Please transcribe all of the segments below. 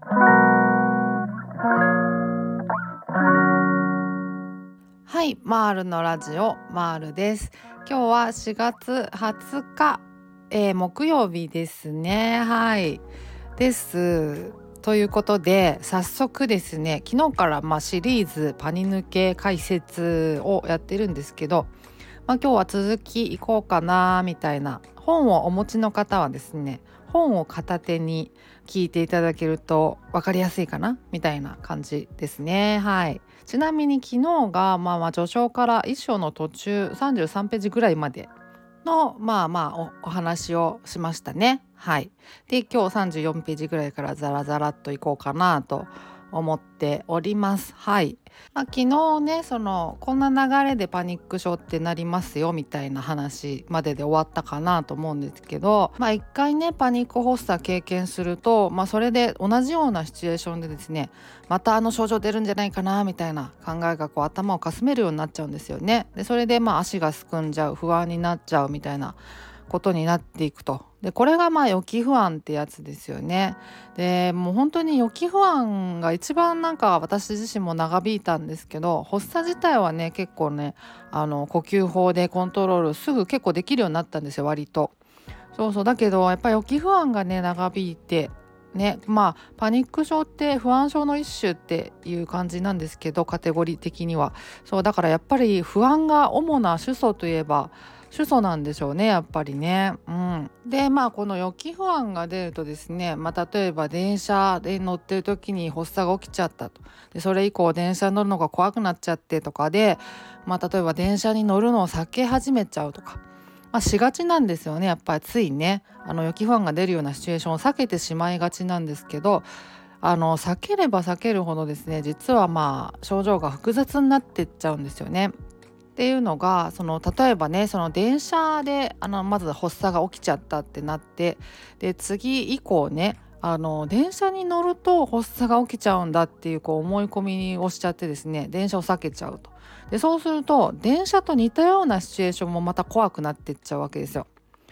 はい、マールのラジオマールです。今日は4月20日、木曜日ですね。はいですということで、早速ですね、昨日からシリーズパニ抜け解説をやってるんですけど、今日は続きいこうかなみたいな。本をお持ちの方はですね、本を片手に聞いていただけると分かりやすいかなみたいな感じですね。はい。ちなみに昨日が序章から一章の途中33ページぐらいまでのお話をしましたね。はい。で、今日34ページぐらいからザラザラっといこうかなと思っております。はい。昨日ね、こんな流れでパニック症ってなりますよみたいな話までで終わったかなと思うんですけど、一回ねパニック発作経験すると、それで同じようなシチュエーションでですね、また症状出るんじゃないかなみたいな考えが頭をかすめるようになっちゃうんですよね。でそれで足がすくんじゃう、不安になっちゃうみたいなことになっていくと。でこれが予期不安ってやつですよね。でもう本当に予期不安が一番私自身も長引いたんですけど、発作自体はね結構ね呼吸法でコントロールすぐ結構できるようになったんですよ、割と。そうだけどやっぱり予期不安がね長引いてね、パニック症って不安症の一種っていう感じなんですけど、カテゴリー的には。そうだからやっぱり不安が主な主訴といえば主訴なんでしょうね、やっぱりね。でこの予期不安が出るとですね、例えば電車で乗ってる時に発作が起きちゃったと。でそれ以降電車に乗るのが怖くなっちゃってとかで、例えば電車に乗るのを避け始めちゃうとか、しがちなんですよね。やっぱりついね予期不安が出るようなシチュエーションを避けてしまいがちなんですけど、避ければ避けるほどですね、実は症状が複雑になってっちゃうんですよね。っていうのが、例えばね、電車でまず発作が起きちゃったってなって、で次以降ね電車に乗ると発作が起きちゃうんだっていう思い込みをしちゃってですね、電車を避けちゃうと。でそうすると電車と似たようなシチュエーションもまた怖くなってっちゃうわけですよ。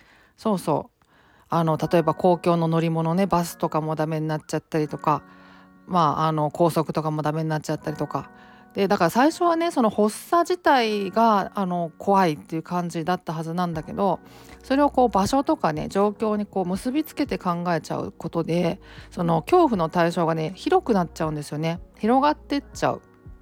例えば公共の乗り物ね、バスとかもダメになっちゃったりとか、高速とかもダメになっちゃったりとかで、だから最初はねその発作自体が怖いっていう感じだったはずなんだけど、それを場所とかね状況に結びつけて考えちゃうことで、その恐怖の対象がね広くなっちゃうんですよね。広がってっちゃう。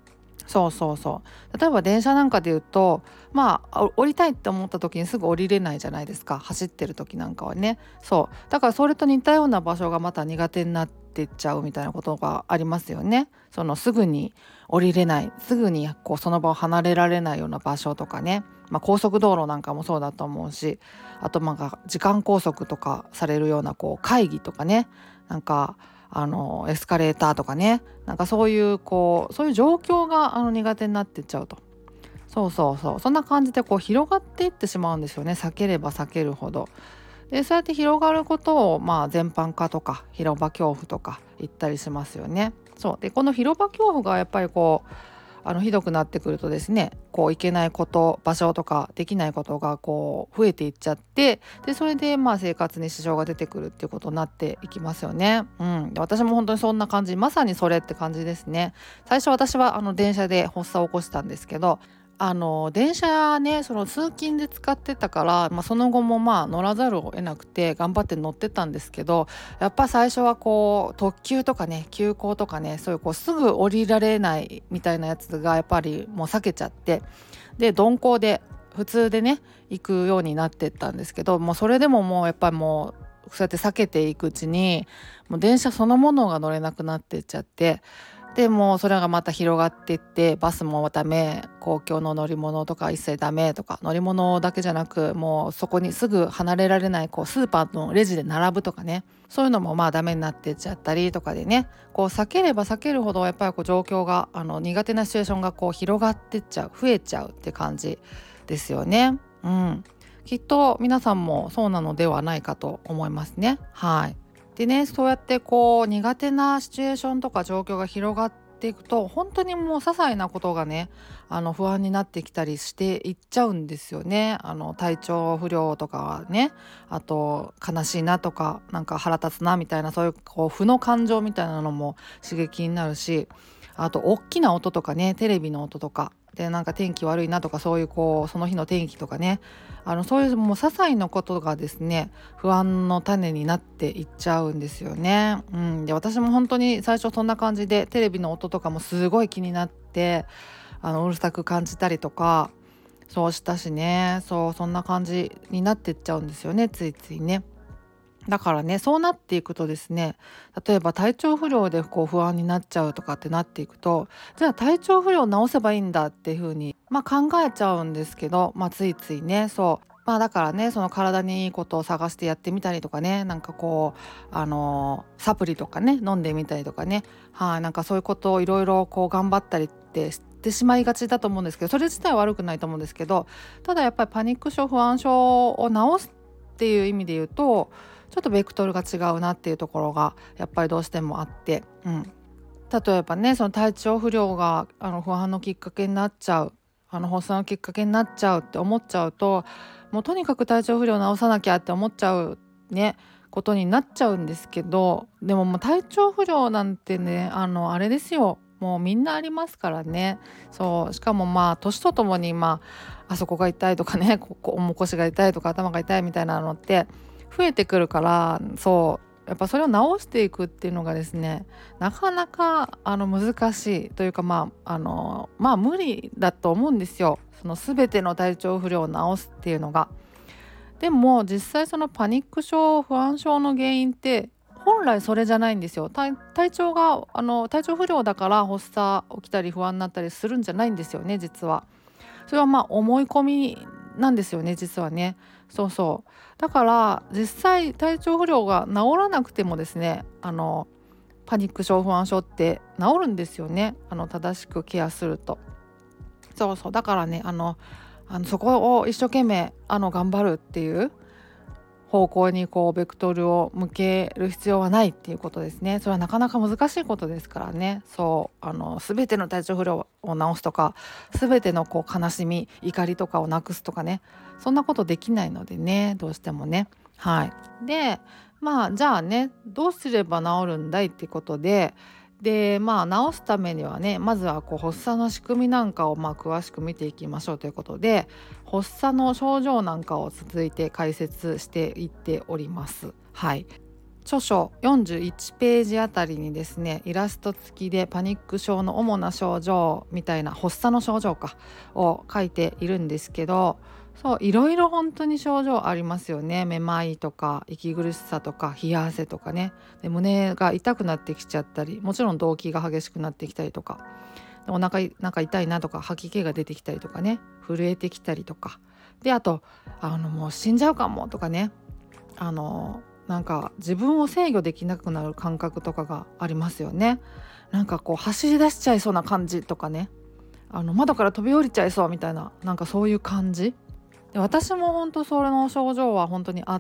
例えば電車なんかで言うと、降りたいって思った時にすぐ降りれないじゃないですか、走ってる時なんかはね。だからそれと似たような場所がまた苦手になってっちゃうみたいなことがありますよね。すぐに降りれない、すぐにその場を離れられないような場所とかね、高速道路なんかもそうだと思うし、あと時間拘束とかされるような会議とかね、エスカレーターとかね、そういうそういう状況が苦手になってっちゃうと。そんな感じで広がっていってしまうんですよね、避ければ避けるほど。でそうやって広がることを全般化とか広場恐怖とか言ったりしますよね。でこの広場恐怖がやっぱりひどくなってくるとですね、いけないこと、場所とかできないことが増えていっちゃって、でそれで生活に支障が出てくるっていうことになっていきますよね。で私も本当にそんな感じ、まさにそれって感じですね。最初私は電車で発作を起こしたんですけど、電車ね通勤で使ってたから、その後も乗らざるを得なくて頑張って乗ってたんですけど、やっぱ最初は特急とかね急行とかね、そういうすぐ降りられないみたいなやつがやっぱりもう避けちゃって、で鈍行で普通でね行くようになってったんですけど、もうそれでももうやっぱりもうそうやって避けていくうちにもう電車そのものが乗れなくなってっちゃって、でもうそれがまた広がっていって、バスもダメ、公共の乗り物とか一切ダメとか、乗り物だけじゃなくもうそこにすぐ離れられないスーパーのレジで並ぶとかね、そういうのもダメになってっちゃったりとかでね、避ければ避けるほどやっぱり状況が苦手なシチュエーションが広がってっちゃう、増えちゃうって感じですよね。きっと皆さんもそうなのではないかと思いますね。でね、そうやって苦手なシチュエーションとか状況が広がっっていくと本当にもう些細なことがね不安になってきたりしていっちゃうんですよね。体調不良とかね、あと悲しいなとかなんか腹立つなみたいな、そういう負の感情みたいなのも刺激になるし、あと大きな音とかね、テレビの音とかでなんか天気悪いなとか、そういうその日の天気とかね、そういうもう些細なことがですね不安の種になっていっちゃうんですよね。で私も本当に最初そんな感じでテレビの音とかもすごい気になってうるさく感じたりとかそうしたしね、そんな感じになってっちゃうんですよね、ついついね。だからね、そうなっていくとですね、例えば体調不良で不安になっちゃうとかってなっていくと、じゃあ体調不良を治せばいいんだっていう風に、考えちゃうんですけど、ついついね、だからね、その体にいいことを探してやってみたりとかね、なんかサプリとかね飲んでみたりとかね、なんかそういうことをいろいろ頑張ったりってしてしまいがちだと思うんですけど、それ自体は悪くないと思うんですけど、ただやっぱりパニック症不安症を治すっていう意味で言うとちょっとベクトルが違うなっていうところがやっぱりどうしてもあって、例えばね、その体調不良が不安のきっかけになっちゃう、発作のきっかけになっちゃうって思っちゃうと、もうとにかく体調不良を治さなきゃって思っちゃうねことになっちゃうんですけど、でももう体調不良なんてねあれですよ、もうみんなありますからね。しかも年とともにあそこが痛いとかね、腰が痛いとか頭が痛いみたいなのって増えてくるから、やっぱそれを直していくっていうのがですね、なかなか難しいというか、無理だと思うんですよ、その全ての体調不良を治すっていうのが。でも実際そのパニック症不安症の原因って本来それじゃないんですよ。体調不良だから発作起きたり不安になったりするんじゃないんですよね、実は。それは思い込みなんですよね、実はね。だから実際体調不良が治らなくてもですね、パニック症不安症って治るんですよね、正しくケアすると。だからね、そこを一生懸命頑張るっていう方向にベクトルを向ける必要はないっていうことですね。それはなかなか難しいことですからね。全ての体調不良を治すとか、全ての悲しみ怒りとかをなくすとかね、そんなことできないのでね、どうしてもね。でじゃあね、どうすれば治るんだいっていうことで、治すためにはね、まずは発作の仕組みなんかを詳しく見ていきましょうということで、発作の症状なんかを続いて解説していっております。著書41ページあたりにですね、イラスト付きでパニック症の主な症状みたいな発作の症状を書いているんですけど、いろいろ本当に症状ありますよね。めまいとか息苦しさとか冷や汗とかね、で胸が痛くなってきちゃったり、もちろん動悸が激しくなってきたりとか、お腹なんか痛いなとか吐き気が出てきたりとかね、震えてきたりとかで、あともう死んじゃうかもとかね、なんか自分を制御できなくなる感覚とかがありますよね。なんか走り出しちゃいそうな感じとかね、窓から飛び降りちゃいそうみたいな、なんかそういう感じで、私も本当それの症状は本当にあって、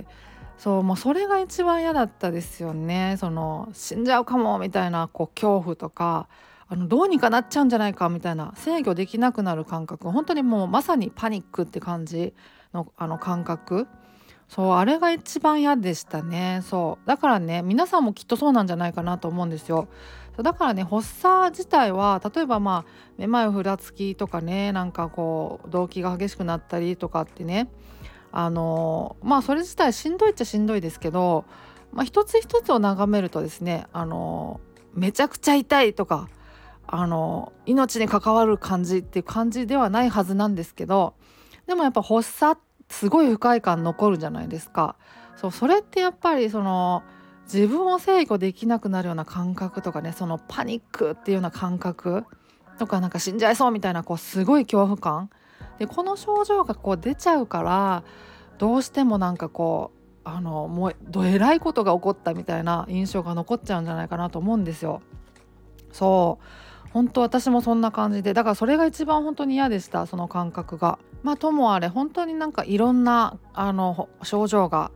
それが一番嫌だったですよね。死んじゃうかもみたいな恐怖とか、どうにかなっちゃうんじゃないかみたいな制御できなくなる感覚、本当にもうまさにパニックって感じの感覚、あれが一番嫌でしたね。だからね、皆さんもきっとそうなんじゃないかなと思うんですよ。だからね、発作自体は例えばめまいふらつきとかね、なんか動悸が激しくなったりとかってね、それ自体しんどいっちゃしんどいですけど、一つ一つを眺めるとですね、めちゃくちゃ痛いとか命に関わる感じっていう感じではないはずなんですけど、でもやっぱ発作すごい不快感残るじゃないですか。それってやっぱり自分を制御できなくなるような感覚とかね、パニックっていうような感覚とか、なんか死んじゃいそうみたいなすごい恐怖感で、この症状が出ちゃうから、どうしてもなんかもうどえらいことが起こったみたいな印象が残っちゃうんじゃないかなと思うんですよ。本当私もそんな感じで、だからそれが一番本当に嫌でした、その感覚が。ともあれ本当になんかいろんな症状が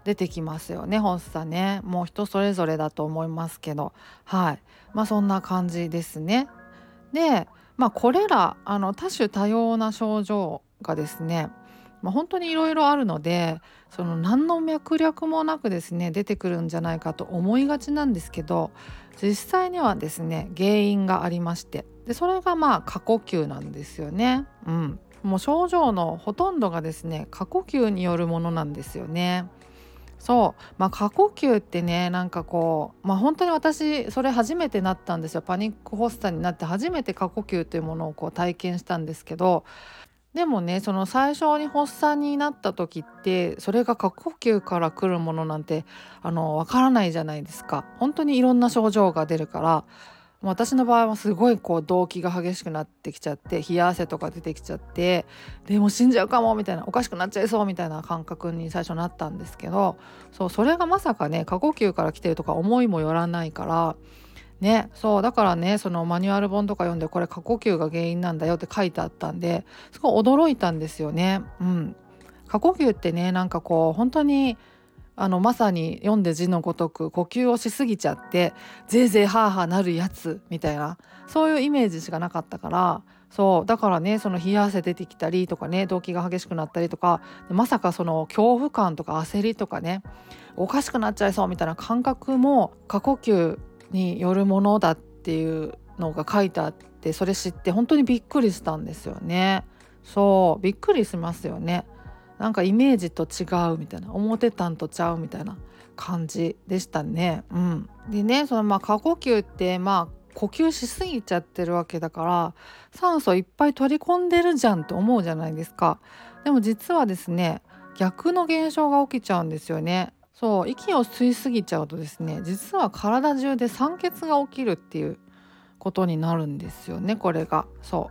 出てきますよね、発作ね。もう人それぞれだと思いますけど、はい。そんな感じですね。で、これら多種多様な症状がですね、本当にいろいろあるので、その何の脈略もなくですね出てくるんじゃないかと思いがちなんですけど、実際にはですね原因がありまして、でそれが過呼吸なんですよね。もう症状のほとんどがですね過呼吸によるものなんですよね。そう、過呼吸ってね、なんかこう、本当に私それ初めてなったんですよ。パニック発作になって初めて過呼吸というものをこう体験したんですけど、でもね、その最初に発作になった時ってそれが過呼吸から来るものなんてわからないじゃないですか。本当にいろんな症状が出るから、私の場合はすごいこう動悸が激しくなってきちゃって、冷や汗とか出てきちゃって、でも死んじゃうかもみたいな、おかしくなっちゃいそうみたいな感覚に最初なったんですけど、それがまさかね過呼吸から来てるとか思いもよらないからね。だからね、そのマニュアル本とか読んでこれ過呼吸が原因なんだよって書いてあったんで、すごい驚いたんですよね。過呼吸ってね、なんかこう本当にまさに読んで字のごとく呼吸をしすぎちゃってぜいぜいハーハーなるやつみたいな、そういうイメージしかなかったから、だからね、その冷や汗出てきたりとかね、動悸が激しくなったりとかで、まさかその恐怖感とか焦りとかね、おかしくなっちゃいそうみたいな感覚も過呼吸によるものだっていうのが書いてあって、それ知って本当にびっくりしたんですよね。びっくりしますよね。なんかイメージと違うみたいな、思ってたんとちゃうみたいな感じでしたね。でね、その過呼吸って呼吸しすぎちゃってるわけだから、酸素いっぱい取り込んでるじゃんと思うじゃないですか。でも実はですね、逆の現象が起きちゃうんですよね。息を吸いすぎちゃうとですね、実は体中で酸欠が起きるっていうことになるんですよね、これが。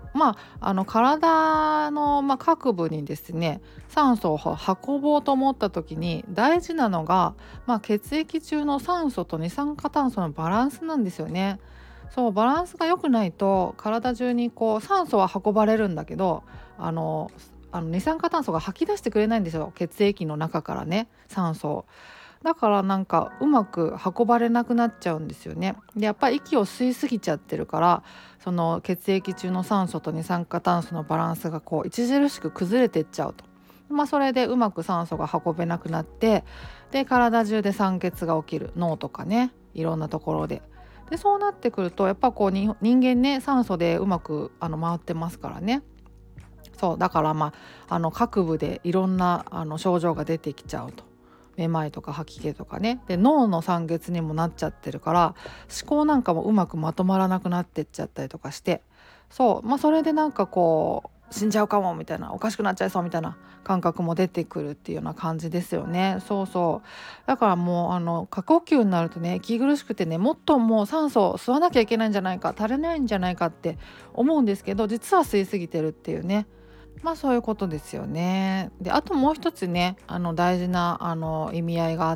体の、各部にですね酸素を運ぼうと思った時に大事なのが、血液中の酸素と二酸化炭素のバランスなんですよね。バランスが良くないと体中にこう酸素は運ばれるんだけど、二酸化炭素が吐き出してくれないんですよ、血液の中からね、酸素を。だからなんかうまく運ばれなくなっちゃうんですよね。でやっぱり息を吸いすぎちゃってるから、その血液中の酸素と二酸化炭素のバランスがこう著しく崩れてっちゃうと。それでうまく酸素が運べなくなって、で体中で酸欠が起きる、脳とかね、いろんなところで。でそうなってくるとやっぱこう人間ね、酸素でうまく回ってますからね。だから各部でいろんな症状が出てきちゃうと。めまいとか吐き気とかね、で脳の酸欠にもなっちゃってるから、思考なんかもうまくまとまらなくなってっちゃったりとかして、それでなんかこう死んじゃうかもみたいな、おかしくなっちゃいそうみたいな感覚も出てくるっていうような感じですよね。だからもう過呼吸になるとね、息苦しくてね、もっともう酸素を吸わなきゃいけないんじゃないか、足りないんじゃないかって思うんですけど、実は吸いすぎてるっていうね、そういうことですよね。であともう一つね、大事な意味合いがあって、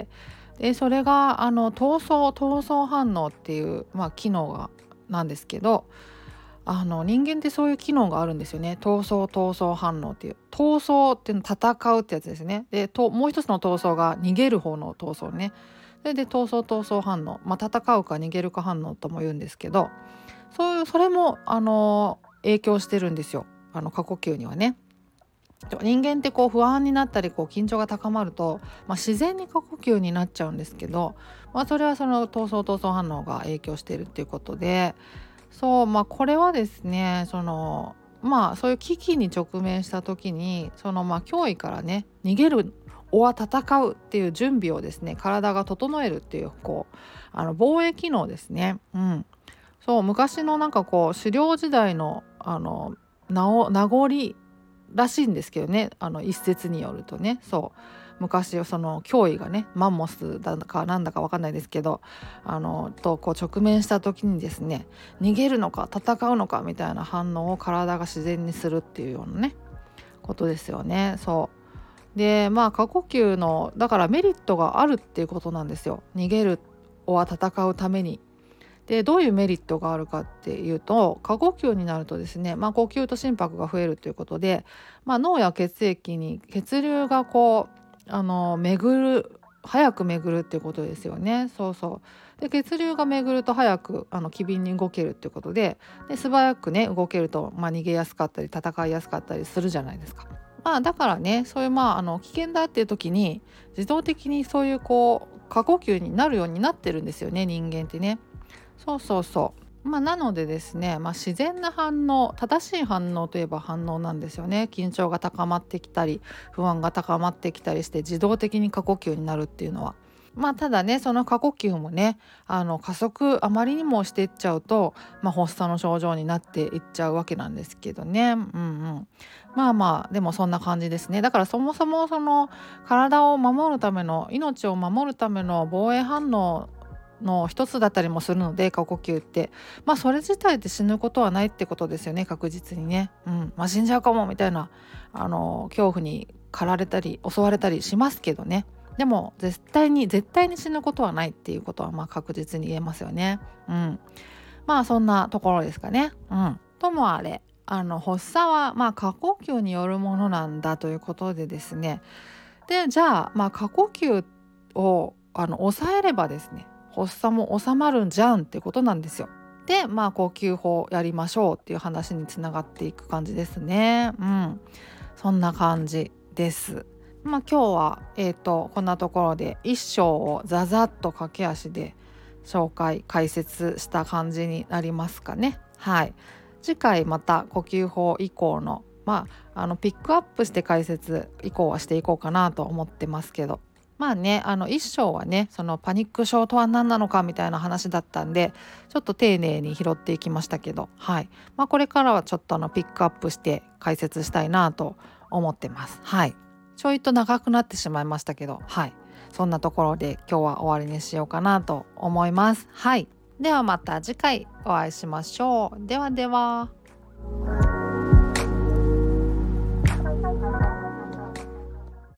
でそれが闘争反応っていう、機能なんですけど、人間ってそういう機能があるんですよね。闘争反応っていう、闘争っていうの戦うってやつですね。でもう一つの闘争が逃げる方の闘争ね。それで闘争反応、戦うか逃げるか反応とも言うんですけど、それも影響してるんですよ、過呼吸にはね。人間ってこう不安になったりこう緊張が高まると、自然に過呼吸になっちゃうんですけど、それはその闘争反応が影響しているっていうことで、これはですね、そういう危機に直面した時に脅威からね逃げる、は戦うっていう準備をですね体が整えるっていう、防衛機能ですね。昔のなんかこう狩猟時代の名残らしいんですけどね、一説によるとね。昔その脅威がね、マンモスだかなんだか分かんないですけどとこう直面した時にですね、逃げるのか戦うのかみたいな反応を体が自然にするっていうようなねことですよね。で過呼吸のだからメリットがあるっていうことなんですよ、逃げるは戦うために。でどういうメリットがあるかっていうと、過呼吸になるとですね、呼吸と心拍が増えるということで、脳や血液に血流がこ早く巡るっていうことですよね。そうそう。で血流が巡ると早く機敏に動けるっていうことで、素早くね動けると、逃げやすかったり戦いやすかったりするじゃないですか。だからね、そういう危険だっていう時に自動的にそういう過呼吸になるようになってるんですよね、人間ってね。そうそうそう。なのでですね、自然な反応、正しい反応といえば反応なんですよね。緊張が高まってきたり不安が高まってきたりして自動的に過呼吸になるっていうのは、ただね、その過呼吸もね加速あまりにもしていっちゃうと、発作の症状になっていっちゃうわけなんですけどね。でもそんな感じですね。だからそもそもその体を守るための、命を守るための防衛反応の一つだったりもするので、過呼吸って、それ自体で死ぬことはないってことですよね、確実にね。死んじゃうかもみたいな恐怖に駆られたり襲われたりしますけどね。でも絶対に死ぬことはないっていうことは確実に言えますよね。そんなところですかね。ともあれ発作は過呼吸によるものなんだということでですね。でじゃあ過呼吸を抑えればですね、発作も収まるんじゃんってことなんですよ。で呼吸法やりましょうっていう話につながっていく感じですね。そんな感じです。今日はこんなところで一章をざざっと駆け足で解説した感じになりますかね。次回また呼吸法以降のピックアップして解説以降はしていこうかなと思ってますけど、一章はね、そのパニック症とは何なのかみたいな話だったんで、ちょっと丁寧に拾っていきましたけど、これからはちょっとピックアップして解説したいなと思ってます。ちょいと長くなってしまいましたけど、そんなところで今日は終わりにしようかなと思います。ではまた次回お会いしましょう。ではでは。